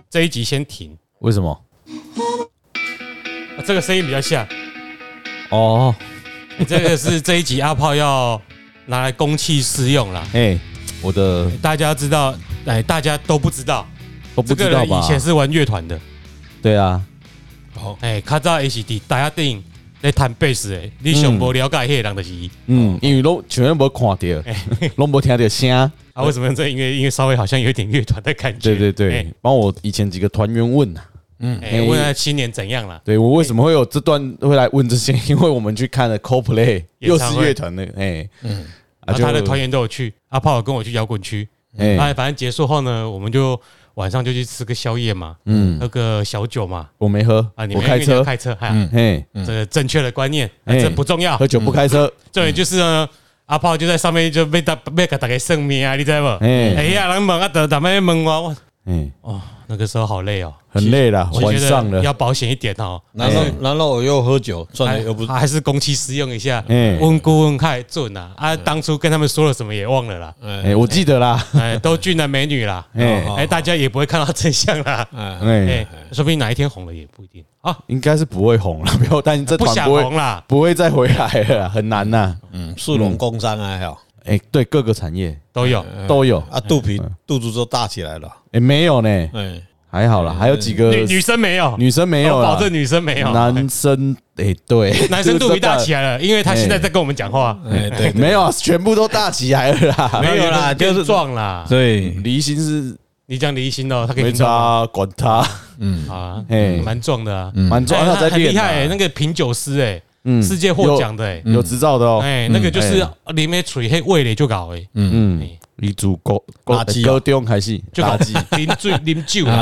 这一集先停。 为什么？ 这个声音比较像哦， 这个是这一集阿炮要拿来公器私用啦。 我的大家知道，大家都不知道， 都不知道吧？ 这个人以前是玩乐团的。 对啊， 较早 ACD 大家顶在弹贝斯诶，你上无了解迄个人就是伊。 因为都全部没看到，都没听到声。 啊，为什么用这音乐？因为稍微好像有一点乐团的感觉。 对，帮我以前几个团员问啊。 问他新年怎样啦？ 对我为什么会有这段会来问这些？因为我们去看了 Coldplay， 又是乐团的， 他的团员都有去，阿炮有跟我去摇滚区，反正结束后呢，我们就晚上就去吃个宵夜嘛，喝个小酒嘛。 我没喝啊，我开车， 这个正确的观念，这不重要， 喝酒不开车。 重点就是呢，阿炮就在上面就被给大家算命啊，你知道不？哎呀，人问啊，大家问我，那个时候好累哦， 很累了，晚上了， 要保险一点哦。 然后我又喝酒，算了又不， 还是公器私用一下，温故问太准啊！当初跟他们说了什么也忘了啦。 我记得啦， 都俊男美女啦，大家也不会看到真相啦。说不定哪一天红了也不一定啊， 应该是不会红了，不要担心，这团不会红啦，不会再回来了，很难呐。 树龙工商还好。 对，各个产业都有啊，肚子都大起来了。 没有呢，还好啦，还有几个女生没有，保证女生没有， 男生对， 男生肚皮大起来了，因为他现在在跟我们讲话。 对，没有，全部都大起来了啦， 没有啦，就是壮啦。 对，离心是， 你讲离心哦，他可以没差，管他， 蛮壮的啊， 蛮壮，他在很厉害，那个品酒师世界获奖的有执照的哦， 那个就是里面吹迄味咧就搞你煮高中开始就搞啉酒啦，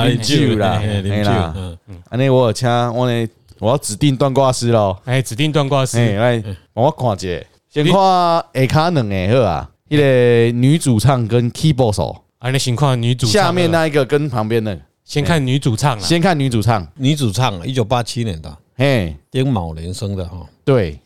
安尼我有请我要指定断挂师咯， 指定断挂师， 来帮我看一下，先看下骹两个好啊，一个女主唱跟 keyboard 手， 你先看女主唱， 下面那一个跟旁边的， 先看女主唱， 先看女主唱 ，1987年的，丁卯年生的哈， 对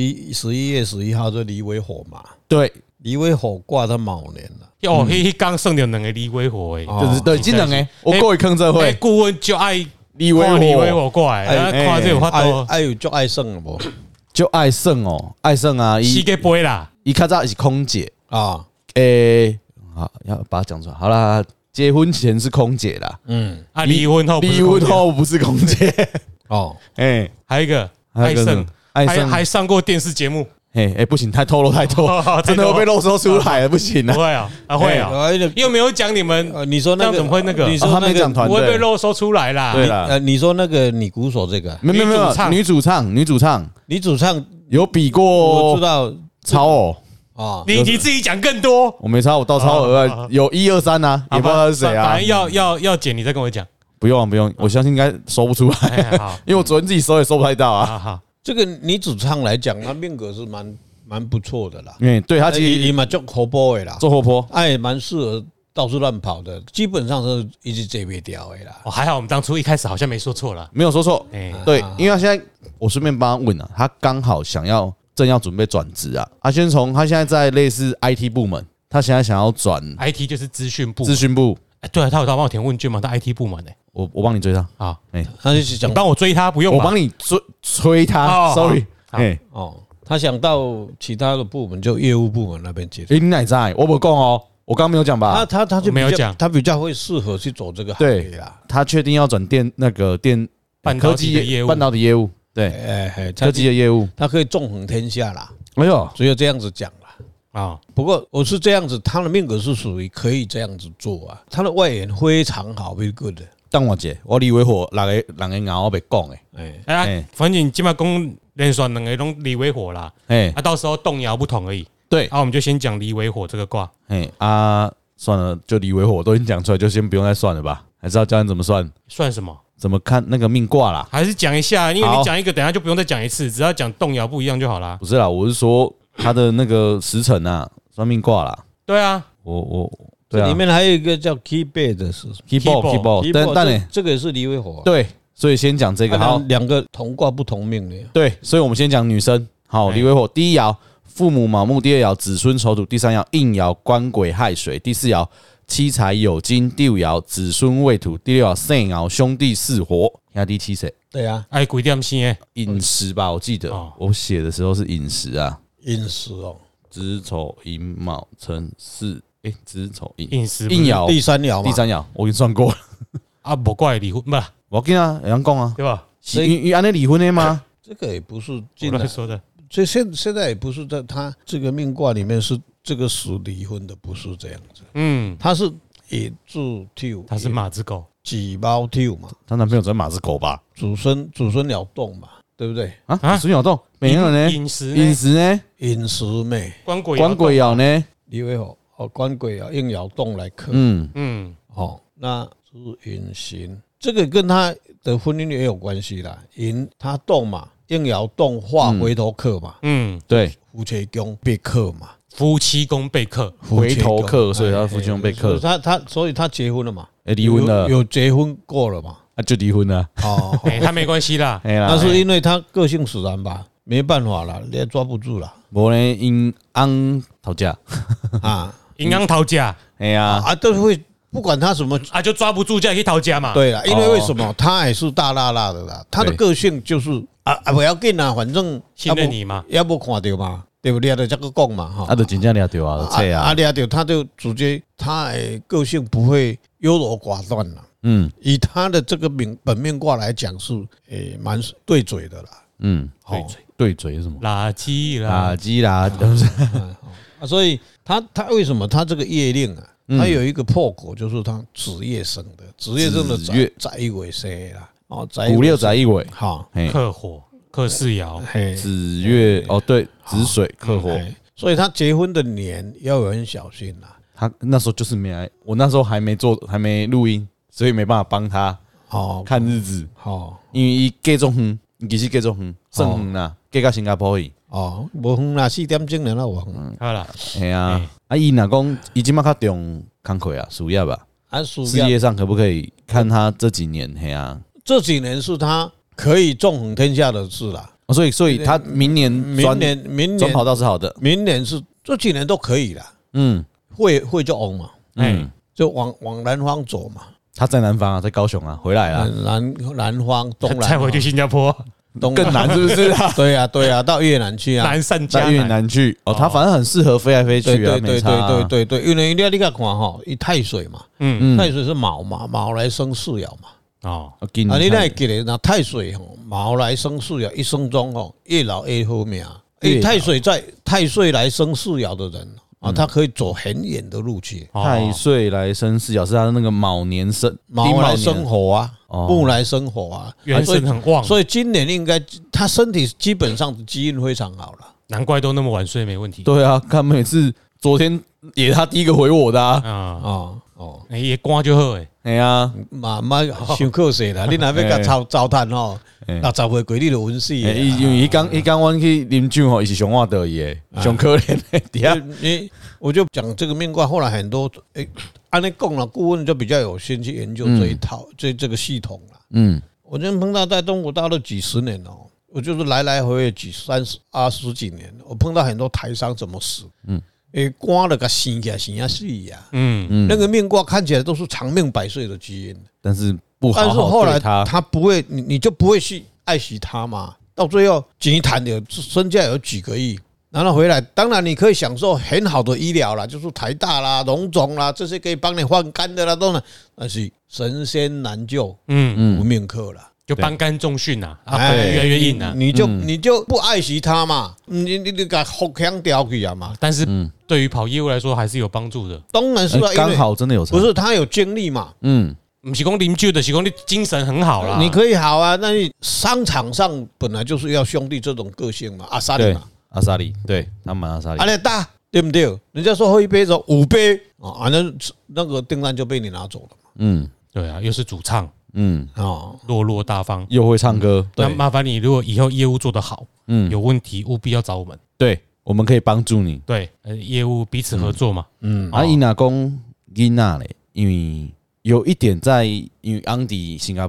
，11月11号就离为火嘛， 对。 离为火挂到卯年了， 迄刚算到两个离为火就是对，这两个我过一坑这会， 顾问就爱离为火过来，看这有法度， 有就爱胜了不？ 就爱胜哦，爱胜啊， 膝盖杯啦， 伊较早是空姐啊，好要把它讲出来，好啦，结婚前是空姐啦， 离婚后不是空姐哦，还有一个爱胜，还上过电视节目。 不行，太透露太多，真的会被漏说出来了，不行啊！ 不会啊，会啊，又没有讲你们， 你说那个怎么会那个？ 你说他没讲团队， 不会被漏说出来啦。 对啦， 你说那个你鼓手这个， 没有，女主唱有比过， 我知道超偶啊，你自己讲更多， 我没超，我到超偶有1、2、3啊，也不知道他是谁啊。 反正要剪，你再跟我讲。 不用，我相信应该搜不出来，因为我昨天自己搜也搜不太到啊。 好。 这个女主唱来讲，她命格是蛮不错的啦。 对，她其实嘛做活泼的啦， 做活泼， 也蛮适合到处乱跑的，基本上是一直接不掉的啦。 还好我们当初一开始好像没说错了， 没有说错。对，因为他现在我顺便帮他问啊，他刚好正要准备转职啊。他现在在类似 IT 部门，他现在想要转 IT 就是资讯部。对啊，他有帮我填问卷吗？他 IT 部门我帮你追他啊， 他就是想帮我追他，不用我帮你催他。Sorry， 他想到其他的部门，就业务部门那边接。 你哪在？我不讲哦，我刚刚没有讲吧？ 他就没有讲， 他比较会适合去走这个行业啦。 他确定要转半导体的业务，对，科技的业务， 他可以纵横天下啦。 哎呦， 只有这样子讲啦。不过我是这样子，他的命格是属于可以这样子做啊，他的外援非常好 ，very good 的。 等我姐，我李维火两个咬我别讲反正今麦讲连续两个拢离为火啦，到时候动摇不同而已。 对， 我们就先讲离为火这个卦。 算了，就离为火都已经讲出来，就先不用再算了吧？还是要教你怎么算？ 算什么？ 怎么看那个命卦啦？ 还是讲一下，因为你讲一个，等下就不用再讲一次，只要讲动摇不一样就好啦。 不是啦，我是说他的那个时辰啊，算命卦啦。 对啊， 对啊，里面还有一个叫 keyboard 的是 keyboard， 但这个也是离为火。 对，所以先讲这个。好， 两个同卦不同命的。 对，所以我们先讲女生。好，离为火，第一爻父母卯木，第二爻子孙丑土，第三爻应爻官鬼亥水，第四爻七财有金，第五爻子孙未土，第六爻肾爻兄弟巳火，兄弟七岁。 对啊， 哎，几点生的？ 寅时吧，我记得我写的时候是寅时啊。 寅时哦， 子丑寅卯辰巳，子丑寅时寅爻第三爻嘛， 第三爻我已经算过了啊，无怪离婚吧？ 我跟啊，有人讲啊， 对吧？ 是因为安尼离婚的吗？ 这个也不是我说的， 所以现在也不是在他这个命卦里面是这个属离婚的，不是这样子。他是野猪跳， 他是马子狗， 鸡猫跳嘛。 她男朋友在马子狗吧？ 祖孙鸟动嘛，对不对？ 啊，子孙鸟动没有呢？ 寅时呢？ 寅时妹， 官鬼爻呢？ 你为何？官鬼爻应爻动来克。那是寅辛，这个跟他的婚姻也有关系啦。寅他动嘛，应爻动化回头客嘛。 对， 夫妻宫被克嘛。 夫妻宫被克， 回头客，所以他夫妻宫被克。 所以他结婚了嘛？ 离婚了， 有结婚过了嘛？ 就离婚了。 哦，他没关系啦。 那是因为他个性使然吧？没办法啦，你也抓不住啦。 无呢，因昂吵架啊， 因昂讨价。 哎呀， 都会不管他什么啊，就抓不住，就可以讨价嘛。 对啦，因为为什么他还是大辣辣的啦？他的个性就是不要紧啦，反正信任你嘛， 要不看到嘛。对不对？就这个讲嘛，哈， 就真正抓到啊，对啊， 抓到他就直接，他个性不会优柔寡断了，以他的这个本命卦来讲是蛮对嘴的啦， 对嘴是什么？ 垃圾啦， 所以他为什么他这个业令啊，他有一个破口，就是他子夜生的，子夜生的在一尾生啦， 五六在一尾， 好，克火。克四爻， 子月对，子水克火， 所以他结婚的年要很小心啦。 他那时候就是我那时候还没录音，所以没办法帮他看日子。因为伊嫁中远，其实嫁中远，算远啦，嫁到新加坡去。 无远啦，4点钟了有远。 好啦， 系啊，伊若讲伊即马较重工课啊，事业吧，事业上可不可以看他这几年？嘿啊， 这几年是他可以纵横天下的事啦， 所以他明年转跑道是好的， 明年是这几年都可以啦，会就往嘛，就往南方走嘛。 他在南方啊，在高雄啊，回来了， 南方东南， 再回去新加坡， 更难是不是？ 对啊，到越南去啊， 南上加南，越南去他反正很适合飞来飞去啊， 对，因为你看哈，一太岁嘛，太岁是卯嘛，卯来生四爻嘛。 你那会记得那太岁卯来生四爻，一生中越老越好命。太岁在太岁来生四爻的人他可以走很远的路去。 太岁来生四爻是他的那个卯年生， 卯来生火啊，木来生火啊， 元神很旺， 所以今年应该他身体基本上的基因非常好了， 难怪都那么晚睡没问题。 对啊，看每次昨天也他第一个回我的也光就好哎呀， 妈伤可惜啦！你若要甲糟蹋60岁过你就稳死。因为伊讲阮去啉酒伊是上晚倒伊诶，上可怜的。我就讲这个命卦，后来很多按你讲了，顾问就比较有心去研究这一套这个系统了。我就碰到在中国大陆几十年我就是来来回回20几年，我碰到很多台商怎么死。刮了个生起来生啊死呀，那个命卦看起来都是长命百岁的基因， 但是不好好对他， 但是后来他不会，你就不会去爱惜他嘛，到最后钱谈的身价有几个亿，然后回来，当然你可以享受很好的医疗啦，就是台大啦、荣总啦这些可以帮你换肝的啦，当然，但是神仙难救，无命客啦。 就帮肝重训啊，越来越硬啊， 你就不爱惜它嘛，你给它互相掉去啊嘛。 但是对于跑业务来说还是有帮助的， 当然是刚好真的有， 不是他有精力嘛， 不是讲啉酒的，是讲你精神很好啦。 你可以好啊，那你商场上本来就是要兄弟这种个性嘛，阿萨里嘛， 阿萨里，对他们阿萨里， 阿里大对不对？人家说喝一杯走5杯那个订单就被你拿走了嘛。 对啊，又是主唱。落落大方， 又会唱歌。 那麻烦你，如果以后业务做得好，有问题务必要找我们。 对，我们可以帮助你。 对，业务彼此合作嘛。 伊若讲囡仔咧，因为有一点在，因为安迪新加坡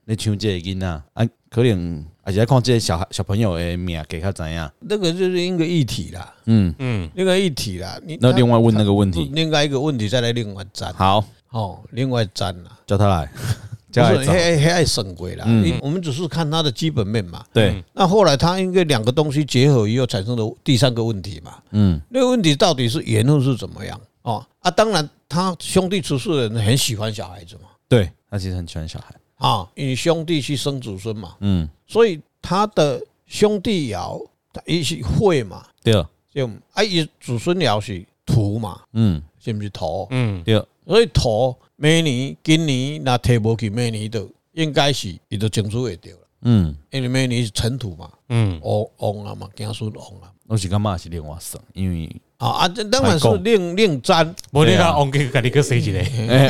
你像这个囡仔啊，可能而且看这些小朋友的命给他怎样？ 那个就是一个议题啦，那个议题啦。 那另外问那个问题， 另外一个问题再来另外占。 好， 另外占啦， 叫他来， 不是还审过啦。我们只是看他的基本面嘛。 对， 那后来他因为两个东西结合以后产生的第三个问题嘛。那个问题到底是缘分是怎么样？当然他兄弟出世的人很喜欢小孩子嘛。 对，他其实很喜欢小孩因为兄弟去生子孙嘛。所以他的兄弟爻，伊是火嘛。 对， 就伊子孙爻是土嘛。是不是土？ 对。 所以土明年、今年那提无去，明年就应该是伊就种出会掉了。因为明年是尘土嘛。旺啊嘛，子孙旺啊。 我是感觉是另外算，因为这当然是另占。 无你甲旺去，甲你个谁一个？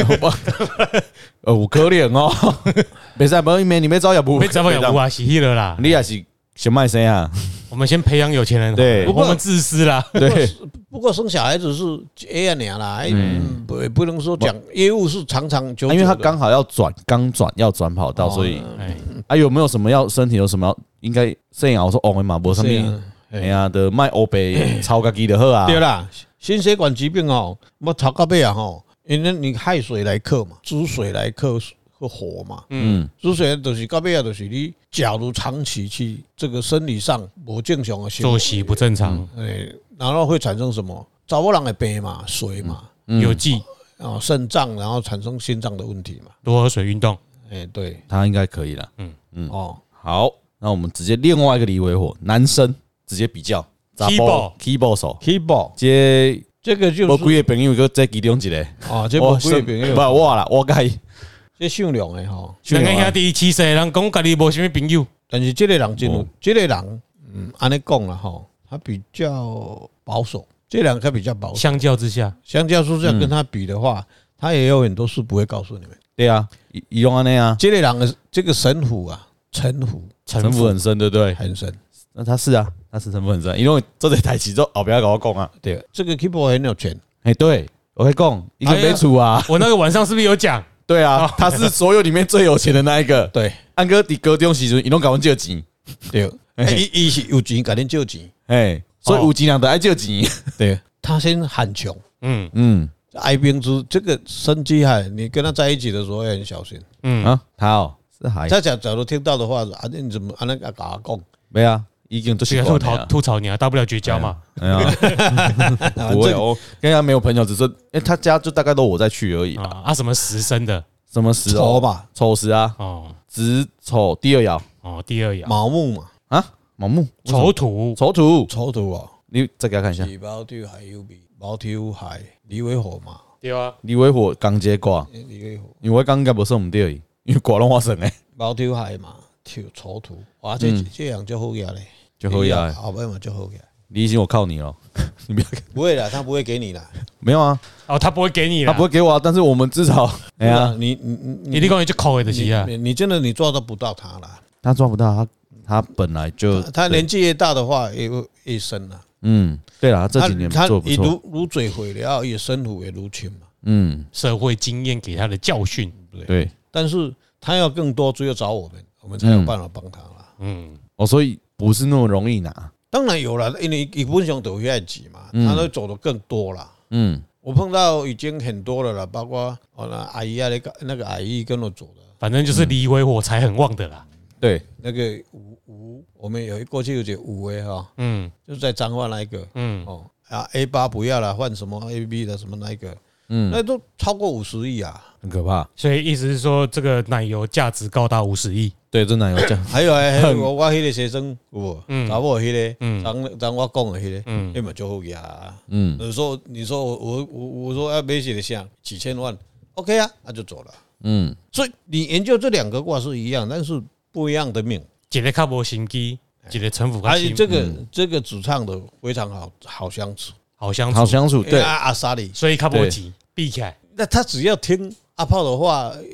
有可能哦。袂使，无明年要走也无， 要走也无啊，是迄个啦。 你也是先卖生啊。 我们先培养有钱人， 对， 我们自私啦。 对，不过生小孩子是样啦，不能说讲业务是长长久久的， 因为他刚好要转跑道，所以有没有什么要身体有什么要应该摄影我说的嘛，无什么。哎呀，的卖欧贝超家己就好啊。 对啦，心血管疾病我炒到尾因为你亥水来克嘛，子水来克火嘛。子水就是到尾就是你假如长期去这个生理上不正常的作息不正常， 然后会产生什么？查某人的病嘛，水嘛， 有剂肾脏，然后产生心脏的问题嘛。 多喝水，运动。 对， 他应该可以了。好，那我们直接另外一个离为火，男生。直接比较 keyboard 手 keyboard 这个就是我几个朋友个在其中一个这无几个朋友不我啦，我甲伊这善良的两个兄弟七岁人讲家己无什么朋友， 但是这个人真有，这个人安尼讲啦他比较保守，这两个比较保守。 相较之下跟他比的话，他也有很多事不会告诉你们。 对啊，伊用安尼啊， 这个人的这个神虎城府很深，对不对？ 很深。 那他是城府很深，因为这台棋之后后边跟我讲啊， 对，这个 keyboard 很有钱。 对，我会讲一个没厝啊。 我那个晚上是不是有讲？ 对啊，他是所有里面最有钱的那一个。 对， 安哥伫高中时阵，伊拢甲阮借钱。 对，伊是有钱，甲恁借钱。 所以有钱人都爱借钱。 对，他先喊穷。哀兵之这个生机你跟他在一起的时候要很小心。 他是还。 他假如听到的话，你怎么安那个甲讲？ 没啊。已经都是吐槽你大不了绝交嘛。 不会，我跟他没有朋友，只是他家就大概都我在去而已什么时生的？ 什么时丑吧？ 丑时啊。子丑第二爻。 第二爻。 卯木嘛。 卯木。 丑土。 你再给他看一下。 卯土亥酉未，卯土亥离为火嘛。 对啊。 离为火刚接卦。 离为火。 因为我刚应该不算唔对，因为卦拢我算诶。 卯土亥嘛，丑土。哇，这样就好呀嘞。 就好呀， 好办法就好呀。 你已经我靠你了，你不会啦，他不会给你啦。 没有啊， 他不会给你啦， 他不会给我啊。但是我们至少， 你讲你就扣的是啊， 你真的你抓得不到他啦。 他抓不到他本来就他年纪越大的话，越深了。 对啦，这几年做不错。 如嘴毁了，也生虎也如群嘛。 社会经验给他的教训， 对。 但是他要更多，只有找我们才有办法帮他啦。 所以。不是那么容易拿， 当然有了，因为基本上都会急嘛，他都走得更多了。我碰到已经很多了啦，包括那阿姨那个阿姨跟我走的， 反正就是离为火才很旺的啦。 对， 那个我们过去有这五就是在彰化那一个，A8 不要了，换什么 AB 的什么那一个，那都超过50亿啊， 很可怕。 所以意思是说，这个奶油价值高达50亿。 对，这奶油价。 还有我迄个学生有无？查某迄个，当我讲的迄个，那么就好呀。你说我说要买些的像几千万 ，OK 啊，那就走了。所以你研究这两个卦是一样，但是不一样的命。 一个较无心机，一个城府较心。 这个主唱的非常好相处， 好相处。 对阿莎里， 所以较无急避起来。 那他只要听阿炮的话，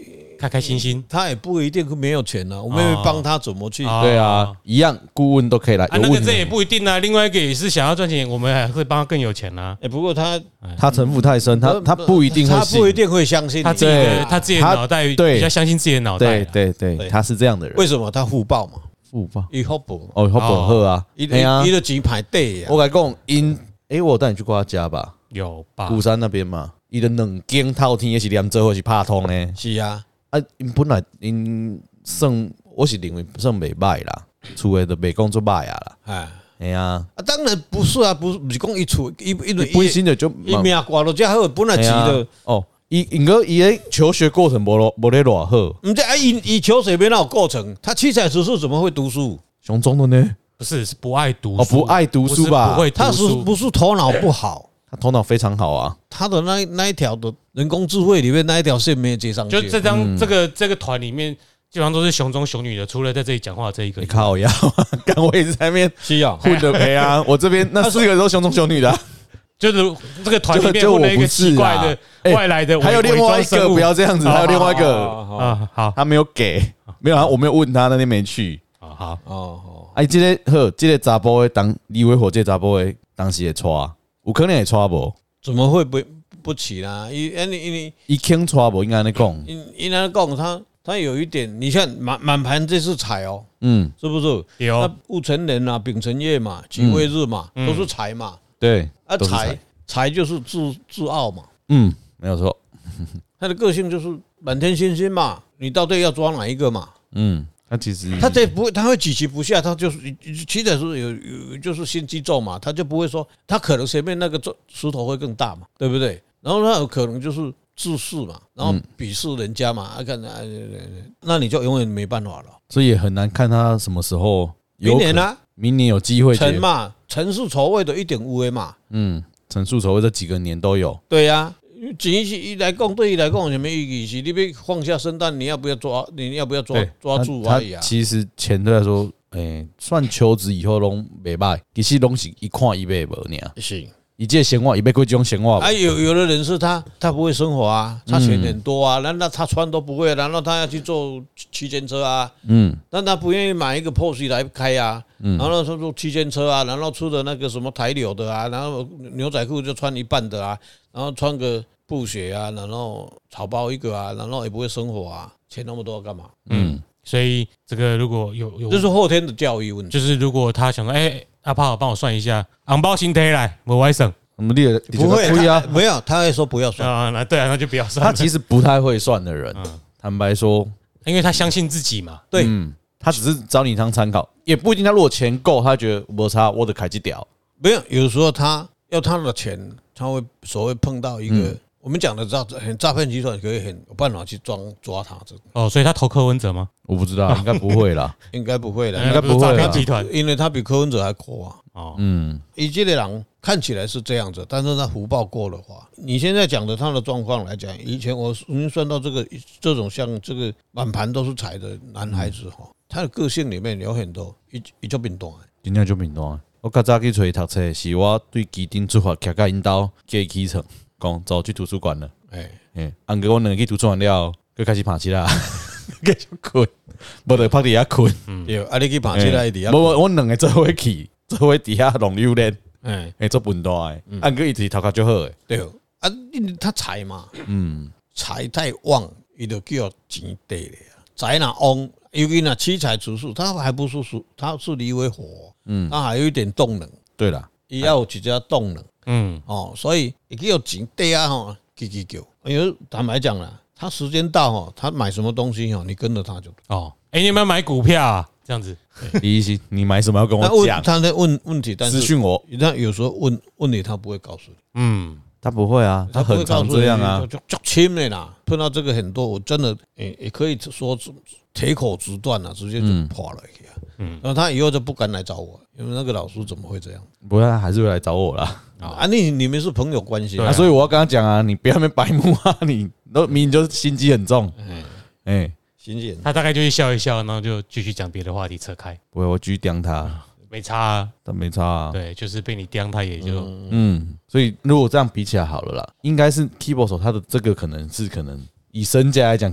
开开心心， 他也不一定没有钱啊，我们会帮他怎么去？ 对啊，一样顾问都可以来。 那个这也不一定啊，另外一个也是想要赚钱，我们还会帮他更有钱啊。 不过他城府太深，他不一定会， 他不一定会相信他自己的脑袋比较相信自己的脑袋。 对，他是这样的人。 为什么他互报嘛？ 互报， 伊福报哦，福报好啊， 伊的钱排队呀。 我跟你讲，我带你去过他家吧？ 有吧？ 鼓山那边嘛，伊的两间透天也是连做伙是拍通呢。 是啊， 因本来因算我是认为算袂歹啦，厝诶都袂讲做歹啊啦。哎呀， 当然不是啊，不是讲伊厝伊本身就伊命挂到遮好，本来钱的哦。因个伊诶求学过程无咧偌好， 唔知伊求学没那有过程，他七彩十数怎么会读书？ 熊中的呢？ 不是不爱读书， 不爱读书吧？ 他不是头脑不好？ 他头脑非常好啊。 他的那一条的人工智慧里面那一条线没有接上去。 就这个团里面，基本上都是熊中熊女的，除了在这里讲话这一个。 你靠呀！刚我一直在那边混的陪啊，我这边那4个都熊中熊女的。 就是这个团里面混了一个奇怪的外来的， 还有另外一个，不要这样子，还有另外一个好， 他没有给，没有，我没有问他，那天没去。 好这个查甫的当李伟火这查甫的当时会娶，有可能会娶无？ 怎么会不起啦？ 伊肯娶无？应该安尼讲， 应该讲他有一点，你看满盘这是财哦，是不是？ 有那戊辰年啊，丙辰月嘛，己未日嘛，都是财嘛。 对， 财就是自傲嘛， 没有错。 他的个性就是满天星星嘛，你到底要抓哪一个嘛？ 他其实他这不会，他会举棋不下，他就是棋仔是有就是心机重嘛，他就不会说他可能前面那个石头会更大嘛，对不对？然后他有可能就是自恃嘛，然后鄙视人家嘛，那你就永远没办法了。 所以也很难看他什么时候。 明年啊， 明年有机会。 辰嘛，辰是丑未的1.5嘛。 辰戌丑未这几个年都有。 对呀，钱一来讲，对于来讲有什么意义？是你要放下身段，你要不要抓？你要不要抓住而已啊？ 其实钱对来说，算求职以后拢袂歹，其实拢是一看一倍无尔。 是。 以这闲话，以被贵这种闲话。 有的人是他不会生活啊，他钱很多啊，难道他穿都不会？难道他要去坐区间车啊？但他不愿意买一个 Porsche 来开啊，然后他坐区间车啊，然后出的那个什么台柳的啊，然后牛仔裤就穿一半的啊，然后穿个布鞋啊，然后草包一个啊，然后也不会生活啊，钱那么多干嘛？ 所以这个如果有， 这是后天的教育问题。 就是如果他想说，阿炮帮我算一下，红包先提来，我外省。 不会啊，没有，他会说不要算啊，对啊，那就不要算。 他其实不太会算的人，坦白说， 因为他相信自己嘛。 对， 他只是找你当参考，也不一定。他如果钱够，他觉得没差，我的开机屌。 没有，有时候他要他的钱，他会所谓碰到一个我们讲的诈骗集团，可以很有办法去抓他。 所以他投柯文哲吗？ 我不知道，应该不会啦， 应该不会啦， 应该不会。诈骗集团， 因为他比柯文哲还阔啊。以这个人看起来是这样子，但是他福报过的话，你现在讲的他的状况来讲，以前我已经算到这种像这个满盘都是财的男孩子哈，他的个性里面有很多，伊就变动的， 真正就变动的。我较早去找伊读册，是我对基丁出发，徛到因兜叫伊起床，讲走去图书馆了。按个我两个去图书馆了，佮开始爬起来，继续困，无就趴伫遐困。 对，你去爬起来伫遐。 我两个做伙去，做伙伫遐弄榴莲。做笨蛋诶，按个一直头壳就好诶。 对啊，他财嘛，财太旺，伊就叫钱地咧。财若旺，尤其若七彩指数，它还不是它是离为火，它还有一点动能。 对啦， 伊要有一只动能，所以伊叫钱地啊吼，叽叫。因为坦白讲啦，他时间到吼，他买什么东西吼，你跟着他就你有没有买股票啊？这样子， 第一，你买什么要跟我讲？ 他在问题，但是私讯我。 他有时候问你，他不会告诉你。 他不会啊，他很常这样啊， 就亲的啦。碰到这个很多，我真的也可以说铁口直断了，直接就跑了。然后他以后就不敢来找我，因为那个老师怎么会这样？ 不会，他还是会来找我啦。 你们是朋友关系， 所以我要跟他讲啊，你不要那么白目啊，你明明就是心机很重。 他大概就是笑一笑，然后就继续讲别的话题，扯开。 不会，我继续刁他， 没差啊， 他没差啊。 对，就是被你刁，他也就所以如果这样比起来好了啦，应该是 keyboard 手他的这个可能以身价来讲，可能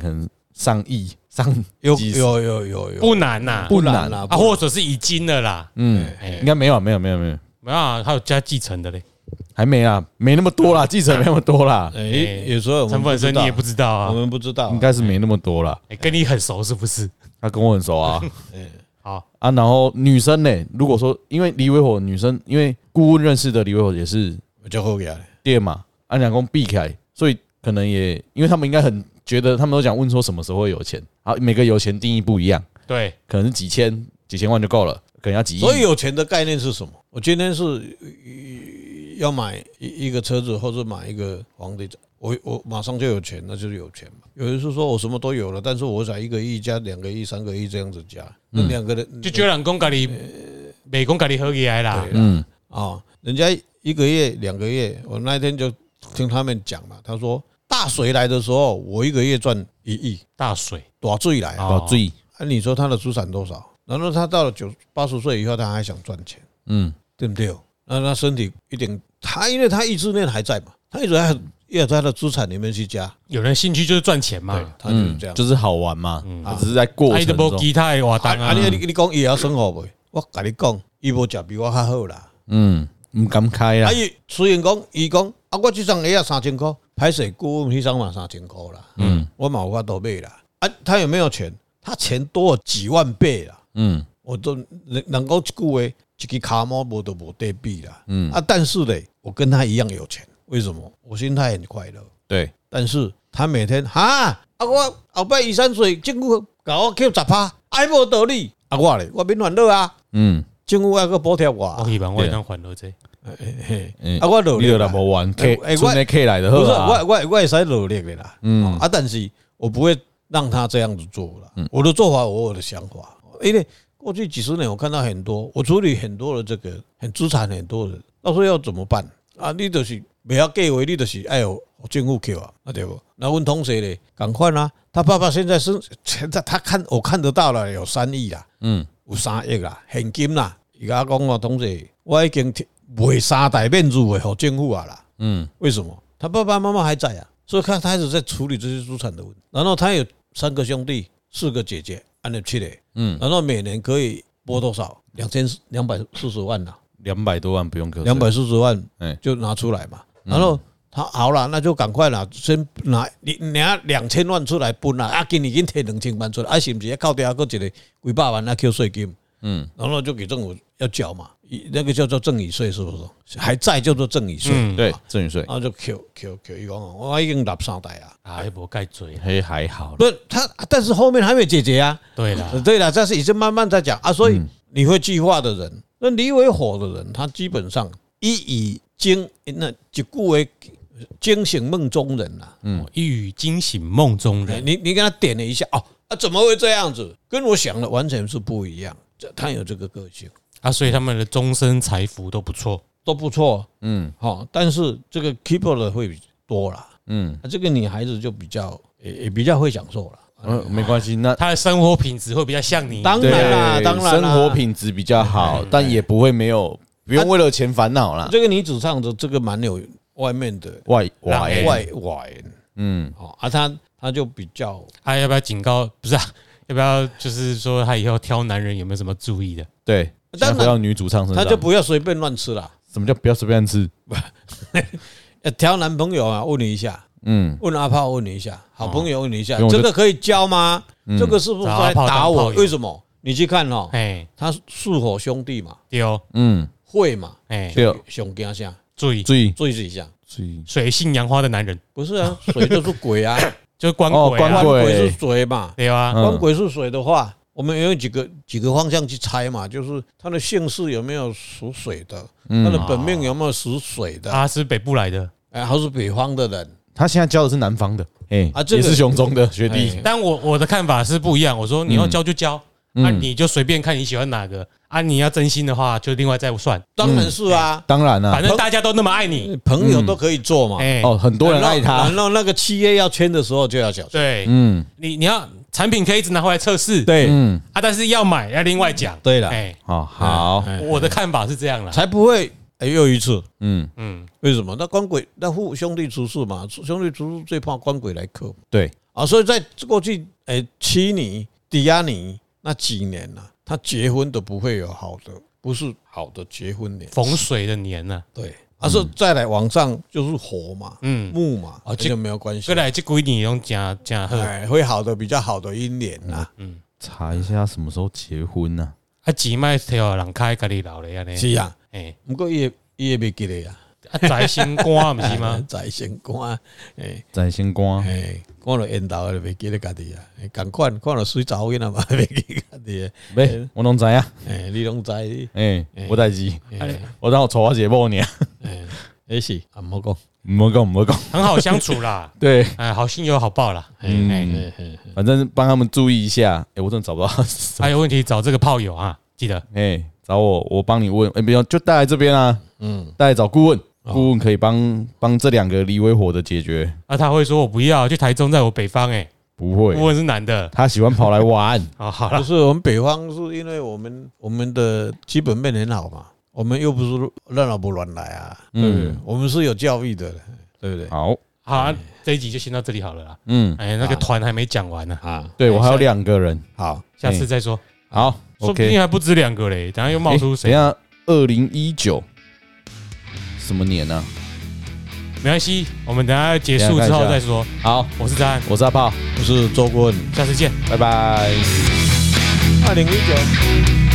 上亿有， 不难呐， 不难啊，或者是已经了啦。 应该没有， 没有啊，还有加继承的嘞， 还没啊，没那么多啦，继承没那么多啦。 有时候陈本身你也不知道啊， 我们不知道， 应该是没那么多啦。 跟你很熟是不是？ 他跟我很熟啊。 好啊，然后女生呢？如果说因为李维火女生，因为顾问认识的李维火也是比较好嘅， 对嘛，按两公避开，所以可能也因为他们应该很觉得，他们都讲问说什么时候会有钱，啊，每个有钱定义不一样， 对， 可能是几千万就够了，可能要几亿。 所以有钱的概念是什么？我今天是要买一个车子，或者买一个房地产，我马上就有钱，那就是有钱嘛。有人是说我什么都有了，但是我才1个亿加2个亿、3个亿这样子加，那2个人就觉得人讲家己美工家己合起来啦。 人家1个月、2个月，我那天就听他们讲嘛，他说大水来的时候，我1个月赚1亿， 大水大水来大水， 你说他的资产多少？然后他到了80岁以后，他还想赚钱，对不对？那他身体一点，因为他意志念还在嘛，他一直要在他的资产里面去加。 有人兴趣就是赚钱嘛， 他就是这样， 就是好玩嘛，只是在过程中。 其他的活动啊， 你讲伊要生活不？我跟你讲，伊无食比我较好啦。 唔敢开啦。 虽然讲伊讲啊，我这张鞋啊3000块，歹势顾问迄张嘛3000块啦。我嘛有法度买啦。啊，他有没有钱？他钱多了几万倍啦。我都能够一句话，一个卡毛无都无得比啦。但是呢，我跟他一样有钱，为什么？我心态很快乐。 对， 但是他每天我后摆23岁，政府甲我扣10%，爱无道理。我咧，我免烦恼啊。政府还个补贴我。 我希望我会当烦恼这。 我努力。 你就无玩 K， 存的 K 来的。 不是，我也是努力的啦。但是我不会让他这样子做了。我的做法，我有的想法。因为过去几十年，我看到很多，我处理很多的这个很资产很多人，到时候要怎么办啊？你就是不要计划，你就是哎呦，政府扣啊，对不？那问同学嘞，赶快啦！他爸爸现在我看得到了，有3亿啦，有3亿啦，现金啦。伊甲我讲哦，同学，我已经卖3台面子给政府啊啦。为什么？他爸爸妈妈还在啊，所以他开始在处理这些资产的问题。然后他有3个兄弟，4个姐姐，按了7个。然后每年可以拨多少？240万啦 ，200多万不用扣 ，240万就拿出来嘛。然后他好了，那就赶快啦，先拿2000万出来分啦。啊，今年已经摕2000万出来，啊，是不是要扣掉个一个几百万啊扣税金？然后就给政府要缴嘛，那个叫做赠与税，是不是？还在叫做赠与税， 对，赠与税。 然后就 Q，伊讲我已经13台啊， 还无盖嘴， 还好。 不，但是后面还没解决啊。 对了，这是已经慢慢在讲啊，所以你会计划的人，那李维火的人，他基本上已经那一句话，惊醒梦中人啦。 一语惊醒梦中人。 你跟他点了一下怎么会这样子？跟我想的完全是不一样。他有这个个性啊，所以他们的终身财富都不错。 但是这个 keeper 的会多啦。这个女孩子就也比较会享受了。 没关系，那她的生活品质会比较像你。 当然啦， 生活品质比较好，但也不会不用为了钱烦恼啦。 这个女主唱的这个蛮有外面的外延。他就比较， 他要不要警告？不是啊，要不要就是说他以后挑男人有没有什么注意的？ 对，当然回到女主唱身上， 他就不要随便乱吃啦。 什么叫不要随便吃？ 挑男朋友啊，问你一下，问阿炮问你一下，好朋友问你一下，这个可以交吗？这个是不是在打我？为什么？你去看他四火兄弟嘛， 对， 会嘛， 对， 熊惊啥？ 注意一下， 水性杨花的男人不是啊，水就是鬼啊。 就官鬼， 官鬼是水嘛？ 对啊， 官鬼是水的话，我们有几个方向去猜嘛，就是他的姓氏有没有属水的，他的本命有没有属水的？ 他是北部来的， 还是北方的人？ 他现在教的是南方的，也是雄中的学弟。 但我的看法是不一样，我说你要教就教，你就随便看你喜欢哪个啊，你要真心的话就另外再算。 当然是啊， 当然了， 反正大家都那么爱你， 朋友都可以做嘛。 很多人爱他。 然后那个企业要签的时候就要小心。 对，你要产品可以一直拿回来测试， 对， 但是要买要另外讲。 对了， 好， 我的看法是这样啦， 才不会又一次，为什么？那官鬼那兄弟出世嘛，兄弟出世最怕官鬼来克， 对啊，所以在过去7年、抵押年那几年啊，他结婚都不会有好的，不是好的结婚年， 风水的年呢， 对。是再来往上就是火嘛，木嘛，这就没有关系。 再来这几年用加好， 会好的比较好的姻缘呐。 查一下什么时候结婚呢？ 钱卖条人开家己留咧安尼。 是啊，不过伊也袂记得呀。 财星官不是吗？ 财星官， 财星官， 看到缘投就袂记得家己啊。共款看到水查某囡仔嘛，袂记得家己。 袂，我拢知啊。 你拢知？ 无代志。我当我娶我姐某尔。 是啊，唔好讲， 唔好讲， 很好相处啦。 对， 好心有好报啦。 反正帮他们注意一下。我真的找不到。 还有问题找这个炮友啊，记得。 找我帮你问。不用，就带来这边啊。带来找顾问。顾问可以帮这2个离为火的解决。 他会说我不要去台中，在我北方不会， 顾问是男的， 他喜欢跑来玩。 好了，不是我们北方是因为我们的基本面很好嘛，我们又不是乱来不乱来啊，对不对？我们是有教育的，对不对？ 好， 这一集就先到这里好了啦。那个团还没讲完呢啊， 对我还有2个人， 好， 下次再说。 好， 说不定还不止2个嘞，等下又冒出谁？ 等下2019。什么年呢？ 没关系，我们等下结束之后再说。 好， 我是张安， 我是阿炮， 我是周棍， 下次见， 拜拜。 2019。